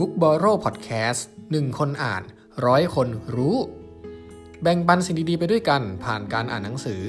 Book Borrow Podcast 1 คนอ่าน100 คนรู้แบ่งปันสิ่งดีๆไปด้วยกันผ่านการอ่านหนังสือ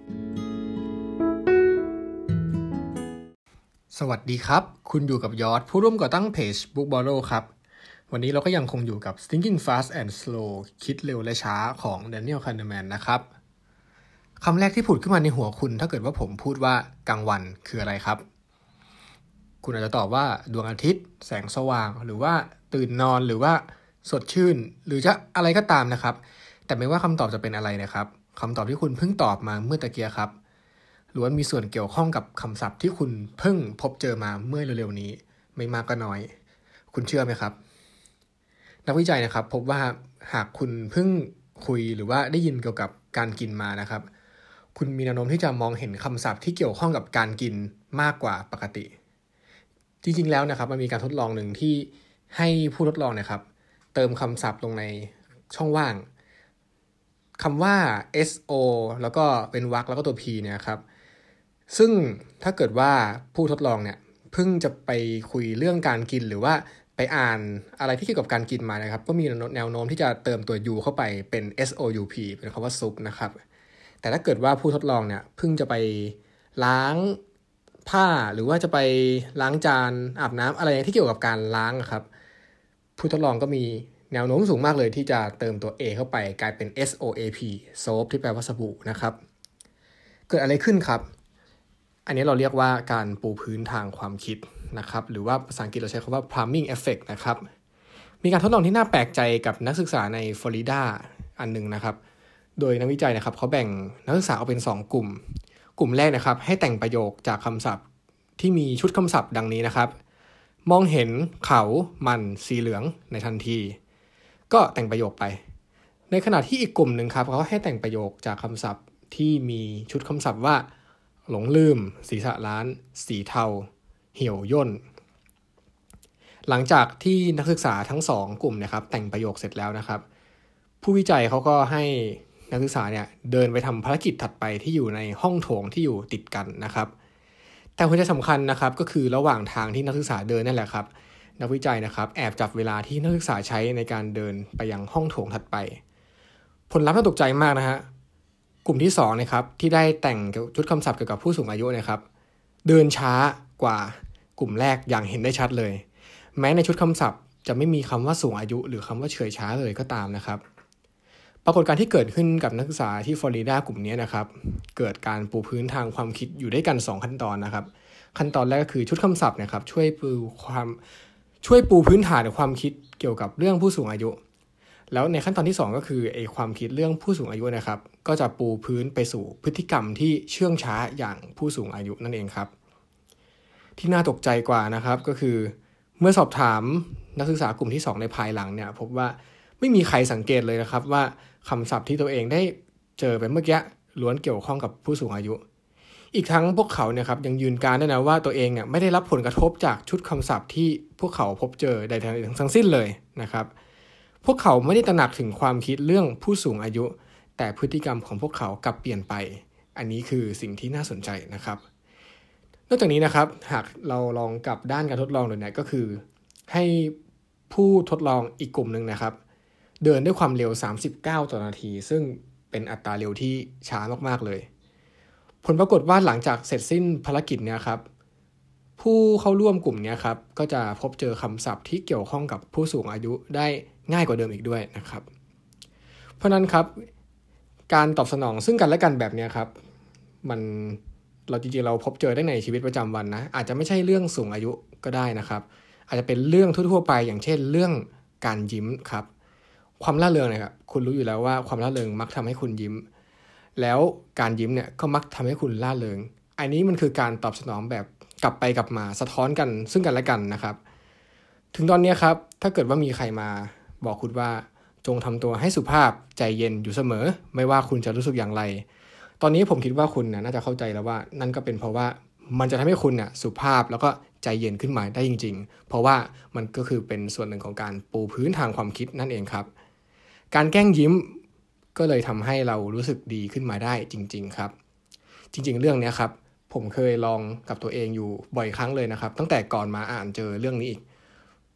สวัสดีครับคุณอยู่กับยอดผู้ร่วมก่อตั้งเพจ Book Borrow ครับวันนี้เราก็ยังคงอยู่กับ Thinking Fast and Slow คิดเร็วและช้าของ Daniel Kahneman นะครับคำแรกที่ผุดขึ้นมาในหัวคุณถ้าเกิดว่าผมพูดว่ากลางวันคืออะไรครับคุณอาจจะตอบว่าดวงอาทิตย์แสงสว่างหรือว่าตื่นนอนหรือว่าสดชื่นหรือจะอะไรก็ตามนะครับแต่ไม่ว่าคำตอบจะเป็นอะไรนะครับคำตอบที่คุณเพิ่งตอบมาเมื่อตะเกียครับล้วนมีส่วนเกี่ยวข้องกับคำศัพท์ที่คุณเพิ่งพบเจอมาเมื่อเร็วๆนี้ไม่มากก็น้อยคุณเชื่อไหมครับนักวิจัยนะครับพบว่าหากคุณเพิ่งคุยหรือว่าได้ยินเกี่ยวกับการกินมานะครับคุณมีแนวโน้มที่จะมองเห็นคำศัพท์ที่เกี่ยวข้องกับการกินมากกว่าปกติจริงๆแล้วนะครับมันมีการทดลองหนึ่งที่ให้ผู้ทดลองนะครับเติมคำศัพท์ลงในช่องว่างคำว่า so แล้วก็เป็นวรรคแล้วก็ตัว p เนี่ยครับซึ่งถ้าเกิดว่าผู้ทดลองเนี่ยเพิ่งจะไปคุยเรื่องการกินหรือว่าไปอ่านอะไรที่เกี่ยวกับการกินมานะครับก็มีแนวโน้มที่จะเติมตัว u เข้าไปเป็น soup เป็นคำว่าซุปนะครับแต่ถ้าเกิดว่าผู้ทดลองเนี่ยเพิ่งจะไปล้างผ้าหรือว่าจะไปล้างจานอาบน้ำอะไรที่เกี่ยวกับการล้างครับผู้ทดลองก็มีแนวโน้มสูงมากเลยที่จะเติมตัว a เข้าไปกลายเป็น soap soap ที่แปลว่าสบู่นะครับเกิดอะไรขึ้นครับอันนี้เราเรียกว่าการปูพื้นทางความคิดนะครับหรือว่าภาษาอังกฤษเราใช้คำว่า priming effect นะครับมีการทดลองที่น่าแปลกใจกับนักศึกษาในฟลอริดาอันนึงนะครับโดยนักวิจัยนะครับเขาแบ่งนักศึกษาออกเป็น2กลุ่มกลุ่มแรกนะครับให้แต่งประโยคจากคำศัพท์ที่มีชุดคำศัพท์ดังนี้นะครับมองเห็นเขามันสีเหลืองในทันทีก็แต่งประโยคไปในขณะที่อีกกลุ่มหนึ่งครับเขาให้แต่งประโยคจากคำศัพท์ที่มีชุดคำศัพท์ว่าหลงลืมศีรษะล้านสีเทาเหี่ยวย่นหลังจากที่นักศึกษาทั้ง2กลุ่มนะครับแต่งประโยคเสร็จแล้วนะครับผู้วิจัยเขาก็ให้นักศึกษาเนี่ยเดินไปทำภารกิจถัดไปที่อยู่ในห้องโถงที่อยู่ติดกันนะครับแต่หัวใจสำคัญนะครับก็คือระหว่างทางที่นักศึกษาเดินนั่นแหละครับนักวิจัยนะครับแอบจับเวลาที่นักศึกษาใช้ในการเดินไปยังห้องโถงถัดไปผลลัพธ์น่าตกใจมากนะฮะกลุ่มที่2นะครับที่ได้แต่งชุดคำศัพท์เกี่ยวกับผู้สูงอายุนะครับเดินช้ากว่ากลุ่มแรกอย่างเห็นได้ชัดเลยแม้ในชุดคำศัพท์จะไม่มีคำว่าสูงอายุหรือคำว่าเฉยช้าเลยก็ตามนะครับปรากฏการณ์ที่เกิดขึ้นกับนักศึกษาที่ฟลอริดากลุ่มนี้นะครับเกิดการปูพื้นทางความคิดอยู่ด้วยกัน2ขั้นตอนนะครับขั้นตอนแรกก็คือชุดคำศัพท์นะครับช่วยปูพื้นฐานความคิดเกี่ยวกับเรื่องผู้สูงอายุแล้วในขั้นตอนที่2ก็คือความคิดเรื่องผู้สูงอายุนะครับก็จะปูพื้นไปสู่พฤติกรรมที่เชื่องช้าอย่างผู้สูงอายุนั่นเองครับที่น่าตกใจกว่านะครับก็คือเมื่อสอบถามนักศึกษากลุ่มที่2ในภายหลังเนี่ยพบว่าไม่มีใครสังเกตเลยนะครับว่าคำศัพท์ที่ตัวเองได้เจอไปเมื่อกี้ล้วนเกี่ยวข้องกับผู้สูงอายุอีกทั้งพวกเขาเนี่ยครับยังยืนการด้วยนะว่าตัวเองเนี่ยไม่ได้รับผลกระทบจากชุดคำศัพท์ที่พวกเขาพบเจอใดทั้งสิ้นเลยนะครับพวกเขาไม่ได้ตระหนักถึงความคิดเรื่องผู้สูงอายุแต่พฤติกรรมของพวกเขากลับเปลี่ยนไปอันนี้คือสิ่งที่น่าสนใจนะครับนอกจากนี้นะครับหากเราลองกลับด้านการทดลองดูเนี่ยก็คือให้ผู้ทดลองอีกกลุ่มนึงนะครับเดินด้วยความเร็ว39 ต่อนาทีซึ่งเป็นอัตราเร็วที่ช้ามากๆเลยผลปรากฏว่าหลังจากเสร็จสิ้นภารกิจเนี่ยครับผู้เข้าร่วมกลุ่มนี้ครับก็จะพบเจอคำศัพท์ที่เกี่ยวข้องกับผู้สูงอายุได้ง่ายกว่าเดิมอีกด้วยนะครับเพราะนั้นครับการตอบสนองซึ่งกันและกันแบบนี้ครับเราจริงๆเราพบเจอได้ในชีวิตประจำวันนะอาจจะไม่ใช่เรื่องสูงอายุก็ได้นะครับอาจจะเป็นเรื่องทั่วๆไปอย่างเช่นเรื่องการยิ้มครับความร่าเริงนะครับคุณรู้อยู่แล้วว่าความร่าเริงมักทำให้คุณยิ้มแล้วการยิ้มเนี่ยก็มักทำให้คุณร่าเริงอันนี้มันคือการตอบสนองแบบกลับไปกลับมาสะท้อนกันซึ่งกันและกันนะครับถึงตอนนี้ครับถ้าเกิดว่ามีใครมาบอกคุณว่าจงทำตัวให้สุภาพใจเย็นอยู่เสมอไม่ว่าคุณจะรู้สึกอย่างไรตอนนี้ผมคิดว่าคุณน่าจะเข้าใจแล้วว่านั่นก็เป็นเพราะว่ามันจะทำให้คุณสุภาพแล้วก็ใจเย็นขึ้นมาได้จริงๆเพราะว่ามันก็คือเป็นส่วนหนึ่งของการปูพื้นทางความคิดนั่นเองครับการแกล้งยิ้มก็เลยทำให้เรารู้สึกดีขึ้นมาได้จริงๆครับจริงๆเรื่องนี้ครับผมเคยลองกับตัวเองอยู่บ่อยครั้งเลยนะครับตั้งแต่ก่อนมาอ่านเจอเรื่องนี้อีก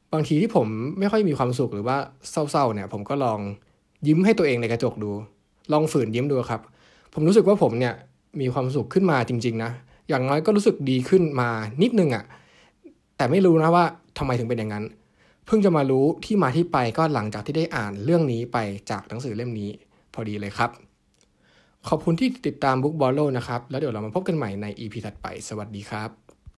บางทีที่ผมไม่ค่อยมีความสุขหรือว่าเศร้าๆเนี่ยผมก็ลองยิ้มให้ตัวเองในกระจกดูลองฝืนยิ้มดูครับผมรู้สึกว่าผมเนี่ยมีความสุขขึ้นมาจริงๆนะอย่างน้อยก็รู้สึกดีขึ้นมานิดนึงอ่ะแต่ไม่รู้นะว่าทำไมถึงเป็นอย่างนั้นเพิ่งจะมารู้ที่มาที่ไปก็หลังจากที่ได้อ่านเรื่องนี้ไปจากหนังสือเล่มนี้พอดีเลยครับขอบคุณที่ติดตาม Book Borrow นะครับแล้วเดี๋ยวเรามาพบกันใหม่ใน EP ถัดไปสวัสดีครับ